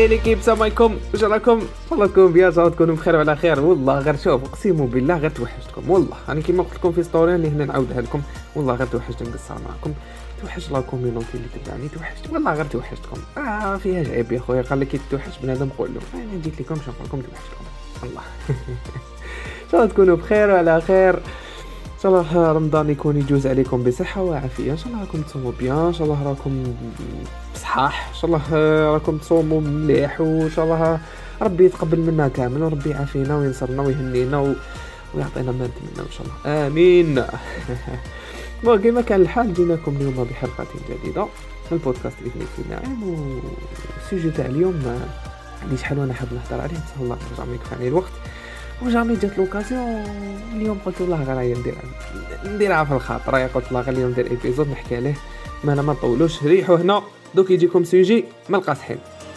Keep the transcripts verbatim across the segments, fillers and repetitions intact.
ليكيب السلام عليكم، واش راكم؟ والله تكونوا بيان، ان تكونوا بخير وعلى خير. والله غير شوف، اقسم بالله غير توحشتكم. والله انا كيما قلت لكم في ستوري اللي هنا نعاودها لكم، والله غير توحشت نقصر معكم. توحش لا كوميونيتي اللي تبعني، توحشت والله غير توحشتكم. اه فيها عيب يا خويا، قال لك كي توحش بنادم قول له انا جيت لكم باش نقول لكم توحشتكم. الله ان شاء الله تكونوا بخير وعلى خير. ان شاء الله رمضان يكون يجوز عليكم بصحه وعافيه. ان شاء الله راكم تصوموا بيان، ان شاء الله راكم بصحاح، ان شاء الله راكم تصوموا مليح، وان شاء الله ربي يتقبل منا كامل، وربي يعافينا وينصرنا ويهنينا و... ويعطينا ما نتمنى ان شاء الله، امين. بون كما كان الحال جيناكم اليوم بحلقه جديده من البودكاست اثنين في النعيم. والسوجي تاع اليوم اللي شحال وانا حاب نهضر عليه، بصح الله جامي كفاني الوقت وجامي جات لوكازيون. اليوم قلت والله غير نديرها نديرها في الخاطر، قلت والله غير اليوم ندير ايبيزود نحكي عليه، ما لا ما نطولوش، ريحوا هنا دوك يجيكم سوجي ما القاصحين.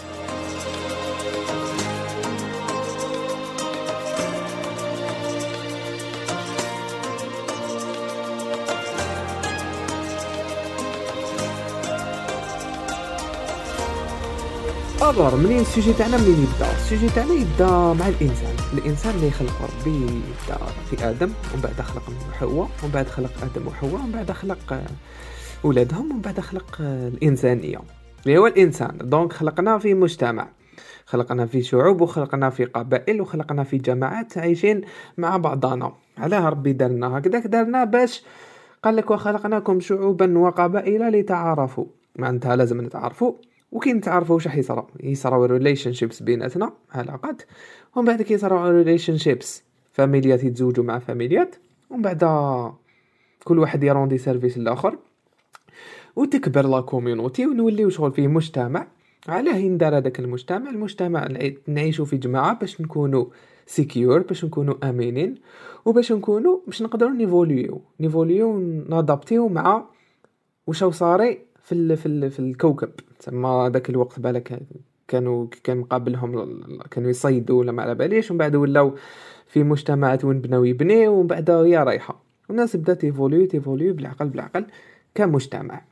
الور منين السوجي تاعنا منين يبدا؟ السوجي تاعنا يبدا مع الانسان الانسان اللي خلق ربي، يبدا في ادم، ومن بعد خلق حواء، ومن بعد خلق ادم وحواء، ومن بعد خلق اولادهم، ومن بعد خلق الانسانيه اللي هو الانسان. دونك خلقنا في مجتمع، خلقنا في شعوب، وخلقنا في قبائل، وخلقنا في جماعات عايشين مع بعضنا. علاه ربي دارنا هكذاك؟ دارنا باش قال لك وخلقناكم شعوبا وقبائل لتعارفوا، معناتها لازم نتعارفوا، وكي نتعرفوا واش راح يصرى يصراو ريليشن شيبس بيناتنا، علاقات، ومن بعد كي يصراو ريليشن شيبس فاميليات يتزوجوا مع فاميليات، ومن بعد كل واحد يروندي سيرفيس للاخر، وتكبر لا كوميونيتي ونوليو شغل فيه مجتمع. علاه يندار هذاك المجتمع؟ المجتمع نعيشوا في جماعه باش نكونوا سيكيور، باش نكونوا امنين، وباش نكونوا باش نقدروا نيفوليو نيفوليو نادابتيو مع وشو صاري في ال في ال في الكوكب. تما ذاك الوقت بالك كانوا كان مقابلهم كانوا يصيدوا ولا ما على باليش، ومن بعد ولاو في مجتمعات وين بناو يبنيو، ومن بعد هي رايحه والناس بدات ايفوليو تيفوليو بالعقل بالعقل كمجتمع.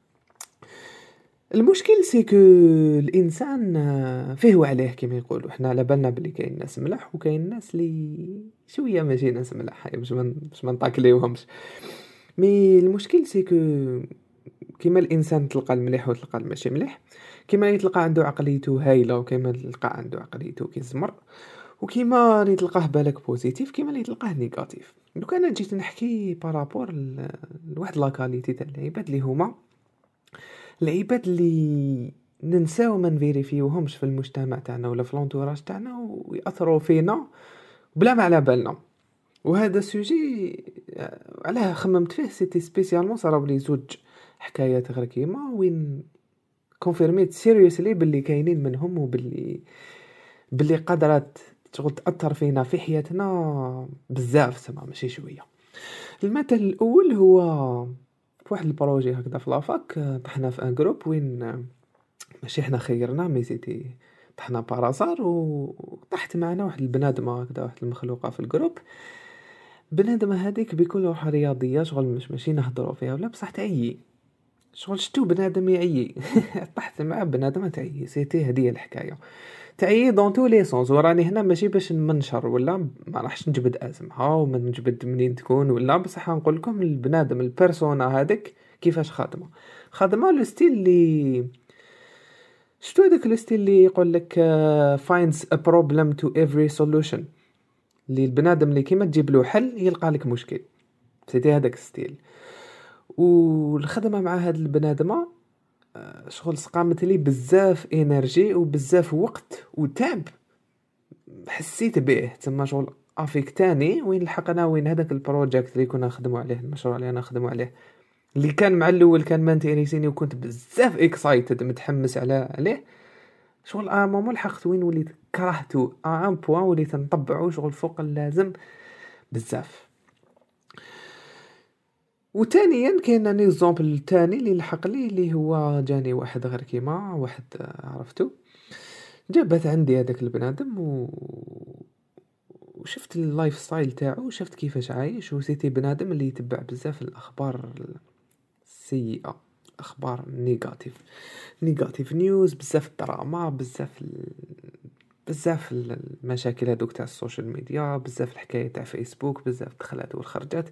المشكل سيكو الانسان فيه وعليه كما يقولوا، احنا على بالنا بلي كاين ناس ملاح وكاين ناس اللي شويه ماشي ناس ملاح، باش ما باش ما نطاكليوهمش. مي المشكل سيكو كيما الانسان تلقى المليح وتلقى الماشي مليح، كيما يتلقى عنده عقليته هايله، وكيما تلقى عنده عقليته كيزمر، وكيما اللي تلقاه بالك بوزيتيف، كيما اللي تلقاه نيجاتيف. دونك انا جيت نحكي بارابور لواحد لاكاليتي تاع العباد اللي هما العباد اللي ننساو ما نفيريفيوهمش في المجتمع تاعنا ولا في لونتوراج تاعنا، ويأثروا فينا بلا ما على بالنا. وهذا السوجي علاه خممت فيه، سيتي سبيسيالمون صراو لي زوج حكايات غير كيما وين كونفيرميت سيريوسلي باللي كاينين منهم، وباللي باللي قدرت تشغل تأثر فينا في حياتنا بزاف، سما ماشي شويه. المثل الاول هو في واحد البروجي هكذا في لافاك، طحنا في ان جروب وين ماشي حنا خيرنا، مي سيتي طحنا بارازار، وطحت معنا واحد البنادمه هكذا، واحد المخلوقه في الجروب. بنادمه هذيك بكل روح رياضيه، شغل مش ماشي نهضروا فيها ولا بصح تعيي، شغل شتو بنادم يعيي. طحت مع بنادم تعيي، سيتي هذه الحكايه، تعيي دون تو لي سونس. وراني هنا ماشي باش نمنشر ولا ما راحش نجبد اسمها وما نجبد منين تكون ولا، بصح نقول لكم البنادم البيرسونا هذيك كيفاش خادمه خادمه لو ستيل اللي شتو هذاك لو ستيل اللي يقول لك uh, finds a problem to every solution، اللي البنادم اللي كيما تجيب له حل يلقى لك مشكل، سيتي هذاك ستيل. والخدمه مع هاد البنادمه شغل سقامت لي بزاف انرجي وبزاف وقت وتعب، حسيت به تما شغل افيكتاني. وين لحقنا وين هذاك البروجيكت اللي كنا نخدموا عليه، المشروع اللي انا نخدموا عليه، اللي كان مع الاول كان مانتيريسيني وكنت بزاف اكسايتد متحمس على عليه، شغل ا مومو لحقت وين وليت كرهته ان بوين، وليت نطبعه شغل فوق اللازم بزاف. وثانيا كاين ان اكزامبل الثاني اللي لحق لي، اللي هو جاني واحد غير كيما واحد عرفتو، جابت عندي هذاك البنادم و... وشفت اللايف ستايل تاعو، وشفت كيفاش عايش، وسيتي بنادم اللي يتبع بزاف الاخبار السيئه اخبار نيجاتيف نيجاتيف نيوز، بزاف دراما، بزاف ال... بزاف المشاكل هذوك تاع السوشيال ميديا، بزاف الحكايه تاع فيسبوك، بزاف الدخلات والخرجات.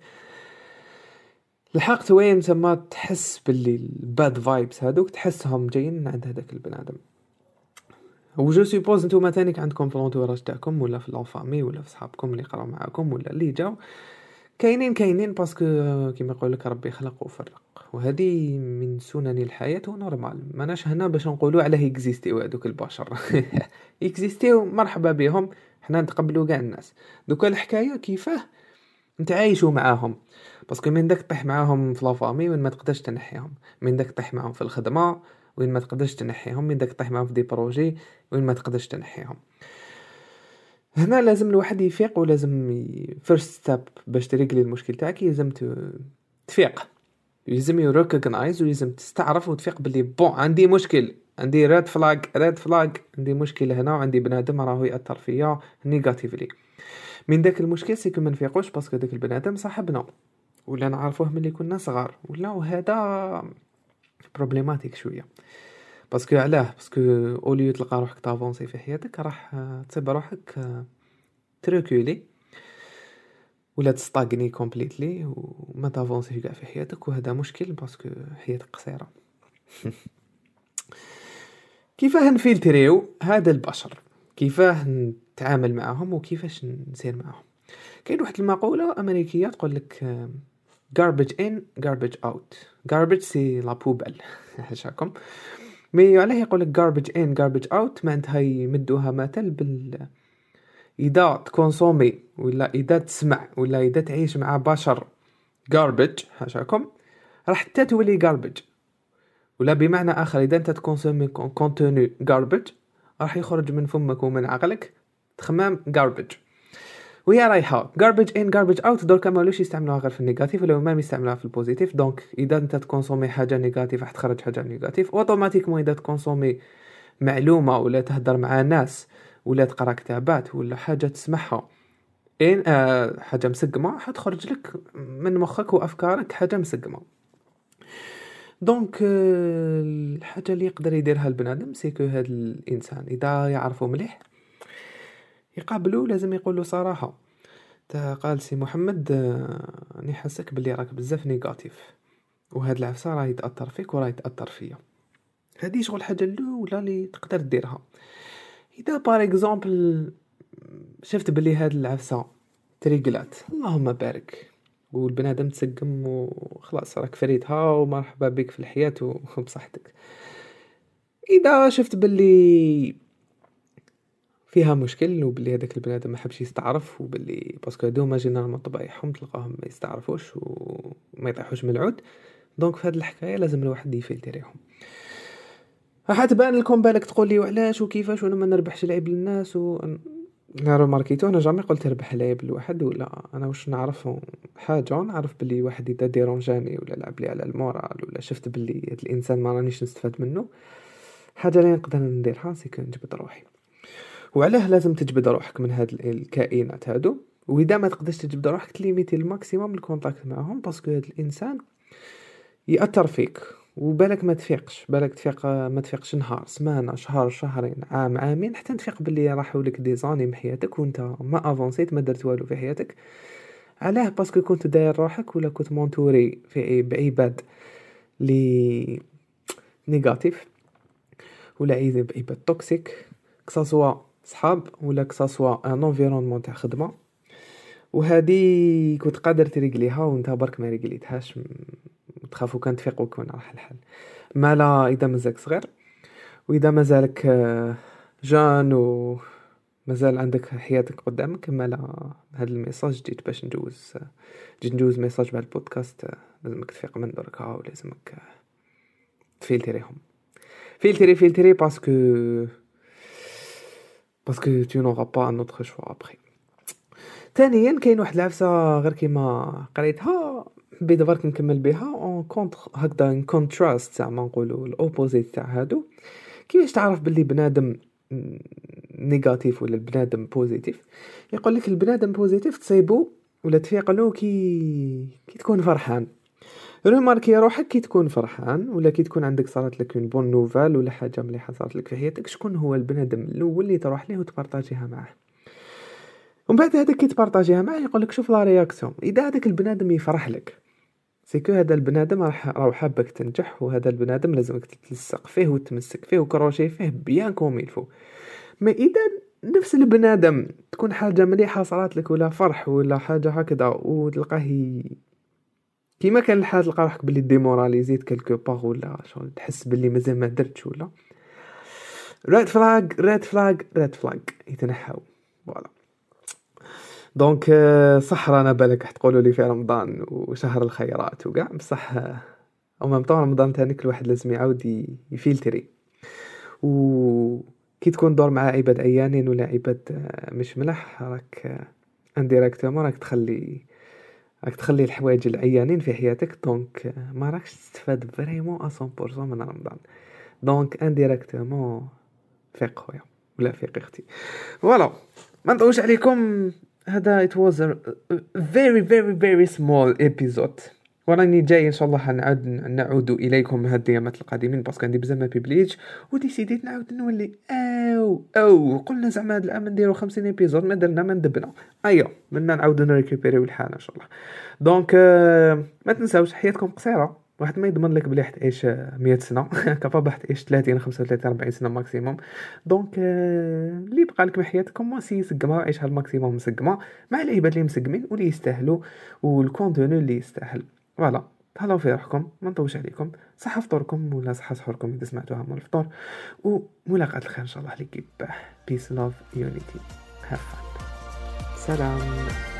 الحق وين تما تحس باللي الباد فايبس هذوك تحسهم جايين عند هذاك البنادم. وجو سيبوز نتوما ثاني عندكم في لونتوراج تاعكم ولا في لافامي ولا في صحابكم اللي قراو معاكم ولا اللي جاو كاينين كاينين باسكو كيما يقول لك ربي خلق وفرق، وهذه من سنن الحياه ونورمال. ماناش هنا باش نقولوا عليه اكزيستيو هذوك البشر اكزيستيو مرحبا بهم، حنا نتقبلوا كاع الناس. دوكا الحكايه كيفاه نتعايشوا معاهم، باسكو من داك طيح معاهم في لافامي وين ما تقدرش تنحيهم، من داك طيح معاهم في الخدمه وين ما تقدرش تنحيهم، من داك طيح معاهم في دي بروجي وين ما تقدرش تنحيهم. هنا لازم الواحد يفيق، ولازم فيرست ستيب باش تريقلي المشكل تاعك لازم تفيق، لازم يركوغنايز ولازم تستعرف وتفيق باللي بون عندي مشكل، عندي ريد فلاج ريد فلاج عندي مشكل هنا، وعندي بنادم راهو ياثر فيا نيجاتيفلي. من داك المشكل سيكو ما نفيقوش باسكو داك البنادم صاحبنا ولا نعرفوه ملي كنا صغار، ولا وهذا بروبليماتيك شويه. باسكو علاه باسكو اوليو تلقى روحك تافونسي في حياتك راح تصيب روحك تريكولي ولا تستاغني كومبليتلي وما تافونسي كاع في حياتك، وهذا مشكل باسكو حياتك قصيره. كيفاه نفلتريو هذا البشر، كيفاه نتعامل معهم وكيفاش نسير معهم؟ كاين واحد المقوله امريكيه تقول لك garbage in garbage out. garbage سي لا بوبل حاشاكم، مي علاه يقول لك garbage in garbage out معناتها يمدوها مثل بال اذا تكونسومي ولا اذا تسمع ولا اذا تعيش مع بشر garbage حاشاكم راح حتى تولي garbage، ولا بمعنى اخر اذا انت تكونسومي كونتوني garbage راح يخرج من فمك ومن عقلك تخمام garbage. وهي رايحه garbage in garbage out. دول كما لوش يستعملوها غير في النيجاتيف ولا ما يستعملوها في البوزيتيف. دونك اذا انت تكونسومي حاجه نيجاتيف راح تخرج حاجه نيجاتيف اوتوماتيكمون. اذا تكونسومي معلومه ولا تهدر مع ناس ولا تقرا كتابات ولا حاجه تسمعها ان آه حاجه مسقمه حتخرج لك من مخك وافكارك حاجه مسقمه. دونك آه الحاجه اللي يقدر يديرها البنادم سيكو هذا الانسان اذا يعرفه مليح يقابلوا لازم يقول له صراحه. قال سي محمد راني حاسك باللي راك بزاف نيجاتيف وهاد العفسه راهي تاثر فيك وراهي تاثر فيا. هذه شغل حاجه الاولى اللي تقدر ديرها. اذا بار اكزامبل شفت باللي هاد العفسه تريقلات اللهم بارك والبنادم تسقم وخلاص راك فريتها ومرحبا بك في الحياه وبصحتك. اذا شفت باللي فيها مشكل وباللي هذاك البنادم ما حبش يستعرف وباللي باسكو هادوما جينيرالمون طبايعهم تلقاهم ما يستعرفوش وما يطيحوش من العود. دونك في هذه الحكايه لازم الواحد يفلتريهم. راح تبان لكم بالك تقول لي وعلاش وكيفاش وانا ما نربحش العيب للناس و انا رماركيتو انا جامي قلت ربح العيب لواحد ولا انا واش نعرف حاجه نعرف باللي واحد اذا ديرونجاني ولا لعب لي على المورال ولا شفت باللي هذا الانسان ما رانيش نستفاد منه حاجه اللي نقدر نديرها سي كنجبد روحي. وعلاه لازم تجبد روحك من هاد الكائنات هادو. واذا ما تقدرش تجبد روحك تليميتي الماكسيموم الكونتاكت معهم باسكو هاد الانسان ياثر فيك وبالك ما تفيقش بالك تفيق ما تفيقش نهار سمانه شهر شهرين عام عامين حتى تفيق باللي راحوا لك دي زاني من حياتك وانت ما افونسيت ما درت والو في حياتك. علاه باسكو كنت داير روحك ولا كنت مونتوري في بعباد لي نيجاتيف ولا عيب بعباد توكسيك كساسوا صحاب ولا كساسوا ان انفيرونمون تاع خدمه. وهذه كنت قادر تريقليها وانت برك ما ريقليتهاش تخافوا كان تفيقوا كون راح الحال. مالا اذا مازالك صغير واذا مازالك جان ومازال عندك حياتك قدامك مالا هذا الميساج جيت باش ندوز جيت ندوز ميساج مع البودكاست. لازمك تفيق من دركا ولازمك تفلتريهم فلتري فلتري باسكو باسكو tu n'auras pas un autre choix après. ثانيا كاين واحد العفسه غير كيما قريتها حبيت برك نكمل بها اون كونتر هكذا ان كونتراست زعما نقولوا الاوبوزيت تاع هادو. كيفاش تعرف باللي بنادم نيجاتيف ولا البنادم بوزيتيف؟ يقول لك البنادم بوزيتيف تصيبو ولا تفيق له كي كي تكون فرحان. روماركي روحك كي تكون فرحان ولا كي تكون عندك صارت لك اون بون نوفال ولا حاجه مليحه صارت لك في حياتك، شكون هو البنادم الاول اللي تروح ليه وتبارطاجيها معاه؟ ومن بعد هذاك كي تبارطاجيها معاه يقول لك شوف لا رياكسيون. اذا هذاك البنادم يفرح لك سيكو هذا البنادم راح راهو حابك تنجح، وهذا البنادم لازمك تتلصق فيه وتمسك فيه وكروشي فيه بيان كوم يلفو. ما اذا نفس البنادم تكون حاجه مليحه صارت لك ولا فرح ولا حاجه هكذا وتلقاه كيما كان الحال تلقى روحك باللي ديموراليزيت كلكو باغ ولا شغل تحس باللي مازال ما درتش ولا ريد فلاج ريد فلاج ريد فلاج يتنحاو. فوالا دونك صح رانا بالك تقولوا لي في رمضان وشهر الخيرات وكاع، بصح او ميم طون رمضان تاني كل واحد لازم يعاود يفلتري. و كي تكون دور مع عباد عيانين ولا عباد مش ملح راك انديريكتومون راك تخلي راك تخلي الحوايج العيانين في حياتك، دونك ما راكش تستفاد فريمون مية بالمية من رمضان. دونك انديريكتومون فيق خويا ولا فيق اختي. فوالا ما نطولش عليكم، هذا it was a very very very small episode. وراني جاي ان شاء الله نعود نعود اليكم هاد الايامات القادمين باسكو عندي بزاف ما بيبليج وديسيديت نعاود نولي او او قلنا زعما هاد العام نديرو خمسين ايبيزود ما درنا ما ندبنا ايوا بدنا نعاودو نريكوبيريو الحال ان شاء الله. دونك euh, ما تنساوش حياتكم قصيره، واحد ما يضمن لك بلي حتعيش مية سنه كابابل حتعيش ثلاثين خمسة وثلاثين أربعين سنه ماكسيموم. دونك اللي بقى لك من حياتكم موسي سقما عيشها الماكسيموم مسقما مع العباد اللي مسقمين واللي يستاهلوا والكونتوني اللي يستاهل. فوالا تهلاو في روحكم، ما نطولش عليكم، صحه فطوركم ولا صحه سحوركم اذا سمعتوها من الفطور، وملاقات الخير ان شاء الله ليكيب. بيس لاف يونيتي هاف فان. سلام.